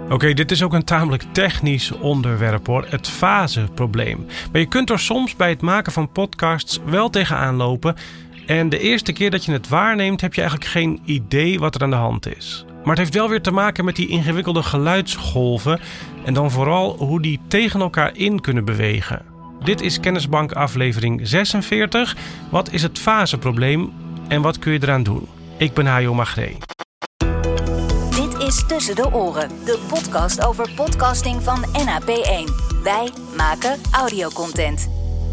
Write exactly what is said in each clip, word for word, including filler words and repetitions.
Oké, okay, dit is ook een tamelijk technisch onderwerp hoor, het faseprobleem. Maar je kunt er soms bij het maken van podcasts wel tegenaan lopen. En de eerste keer dat je het waarneemt heb je eigenlijk geen idee wat er aan de hand is. Maar het heeft wel weer te maken met die ingewikkelde geluidsgolven. En dan vooral hoe die tegen elkaar in kunnen bewegen. Dit is Kennisbank aflevering zesenveertig. Wat is het faseprobleem en wat kun je eraan doen? Ik ben Hajo Magree. Dit is Tussen de Oren, de podcast over podcasting van N A P één. Wij maken audiocontent.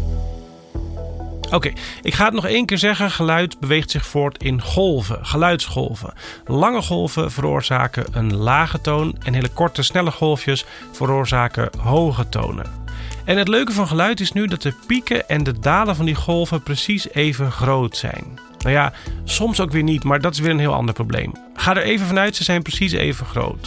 Oké, okay, ik ga het nog één keer zeggen. Geluid beweegt zich voort in golven, geluidsgolven. Lange golven veroorzaken een lage toon en hele korte, snelle golfjes veroorzaken hoge tonen. En het leuke van geluid is nu dat de pieken en de dalen van die golven precies even groot zijn. Nou ja, soms ook weer niet, maar dat is weer een heel ander probleem. Ga er even vanuit, ze zijn precies even groot.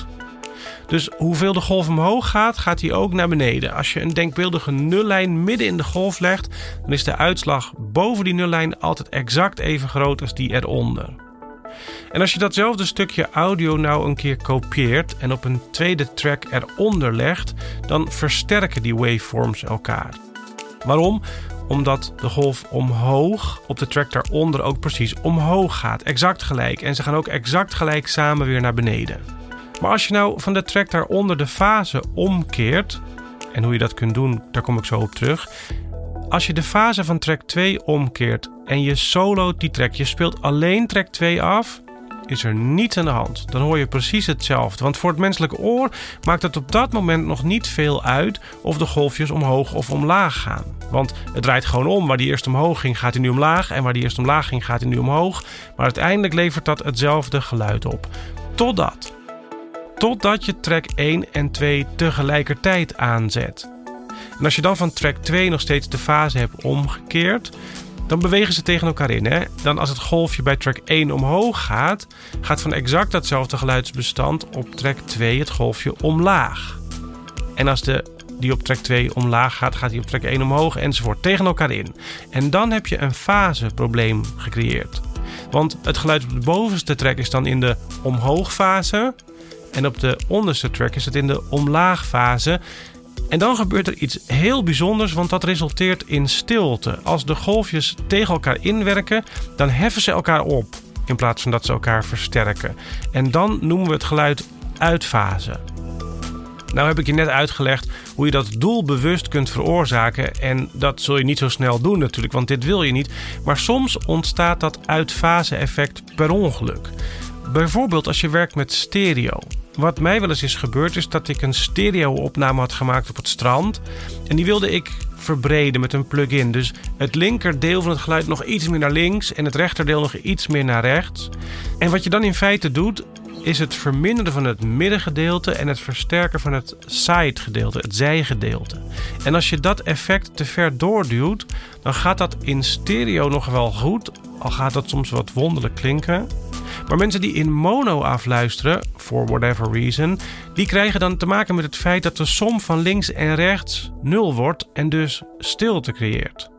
Dus hoeveel de golf omhoog gaat, gaat die ook naar beneden. Als je een denkbeeldige nullijn midden in de golf legt, dan is de uitslag boven die nullijn altijd exact even groot als die eronder. En als je datzelfde stukje audio nou een keer kopieert en op een tweede track eronder legt, dan versterken die waveforms elkaar. Waarom? Omdat de golf omhoog op de track daaronder ook precies omhoog gaat. Exact gelijk. En ze gaan ook exact gelijk samen weer naar beneden. Maar als je nou van de track daaronder de fase omkeert, en hoe je dat kunt doen, daar kom ik zo op terug. Als je de fase van track twee omkeert en je solo't die track, je speelt alleen track twee af, is er niets aan de hand. Dan hoor je precies hetzelfde. Want voor het menselijke oor maakt het op dat moment nog niet veel uit of de golfjes omhoog of omlaag gaan. Want het draait gewoon om. Waar die eerst omhoog ging, gaat hij nu omlaag. En waar die eerst omlaag ging, gaat hij nu omhoog. Maar uiteindelijk levert dat hetzelfde geluid op. Totdat. Totdat je track één en twee tegelijkertijd aanzet. En als je dan van track twee nog steeds de fase hebt omgekeerd, dan bewegen ze tegen elkaar in. Hè? Dan als het golfje bij track één omhoog gaat, gaat van exact datzelfde geluidsbestand op track twee het golfje omlaag. En als de, die op track twee omlaag gaat, gaat die op track één omhoog enzovoort tegen elkaar in. En dan heb je een faseprobleem gecreëerd. Want het geluid op de bovenste track is dan in de omhoogfase en op de onderste track is het in de omlaagfase. En dan gebeurt er iets heel bijzonders, want dat resulteert in stilte. Als de golfjes tegen elkaar inwerken, dan heffen ze elkaar op, in plaats van dat ze elkaar versterken. En dan noemen we het geluid uitfase. Nou heb ik je net uitgelegd hoe je dat doelbewust kunt veroorzaken. En dat zul je niet zo snel doen natuurlijk, want dit wil je niet. Maar soms ontstaat dat uitfase-effect per ongeluk. Bijvoorbeeld als je werkt met stereo. Wat mij wel eens is gebeurd is dat ik een stereo-opname had gemaakt op het strand. En die wilde ik verbreden met een plugin. Dus het linkerdeel van het geluid nog iets meer naar links en het rechterdeel nog iets meer naar rechts. En wat je dan in feite doet, is het verminderen van het middengedeelte en het versterken van het side-gedeelte, het zijgedeelte. En als je dat effect te ver doorduwt, dan gaat dat in stereo nog wel goed, al gaat dat soms wat wonderlijk klinken. Maar mensen die in mono afluisteren, for whatever reason, die krijgen dan te maken met het feit dat de som van links en rechts nul wordt en dus stilte creëert.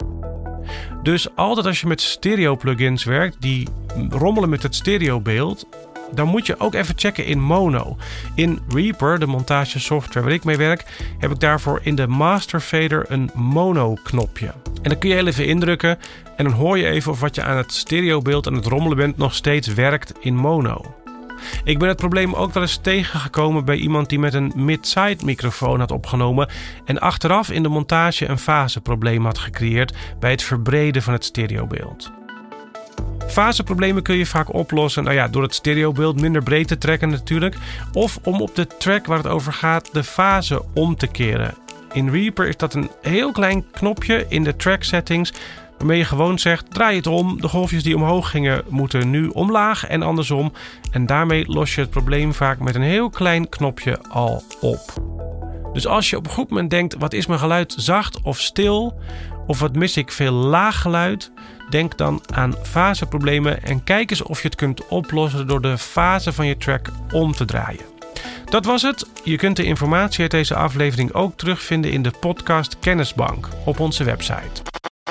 Dus altijd als je met stereo plugins werkt die rommelen met het stereobeeld, dan moet je ook even checken in mono. In Reaper, de montagesoftware waar ik mee werk, heb ik daarvoor in de master fader een mono knopje. En dan kun je heel even indrukken en dan hoor je even of wat je aan het stereobeeld aan het rommelen bent nog steeds werkt in mono. Ik ben het probleem ook wel eens tegengekomen bij iemand die met een mid-side microfoon had opgenomen en achteraf in de montage een faseprobleem had gecreëerd bij het verbreden van het stereobeeld. Faseproblemen kun je vaak oplossen nou ja, door het stereobeeld minder breed te trekken natuurlijk, of om op de track waar het over gaat de fase om te keren. In Reaper is dat een heel klein knopje in de track settings waarmee je gewoon zegt, draai het om, de golfjes die omhoog gingen moeten nu omlaag en andersom. En daarmee los je het probleem vaak met een heel klein knopje al op. Dus als je op een goed moment denkt, wat is mijn geluid zacht of stil? Of wat mis ik veel laag geluid? Denk dan aan faseproblemen en kijk eens of je het kunt oplossen door de fase van je track om te draaien. Dat was het. Je kunt de informatie uit deze aflevering ook terugvinden in de podcast Kennisbank op onze website.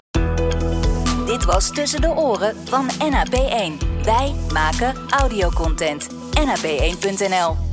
Dit was Tussen de Oren van N A P één. Wij maken audiocontent. N A P één punt N L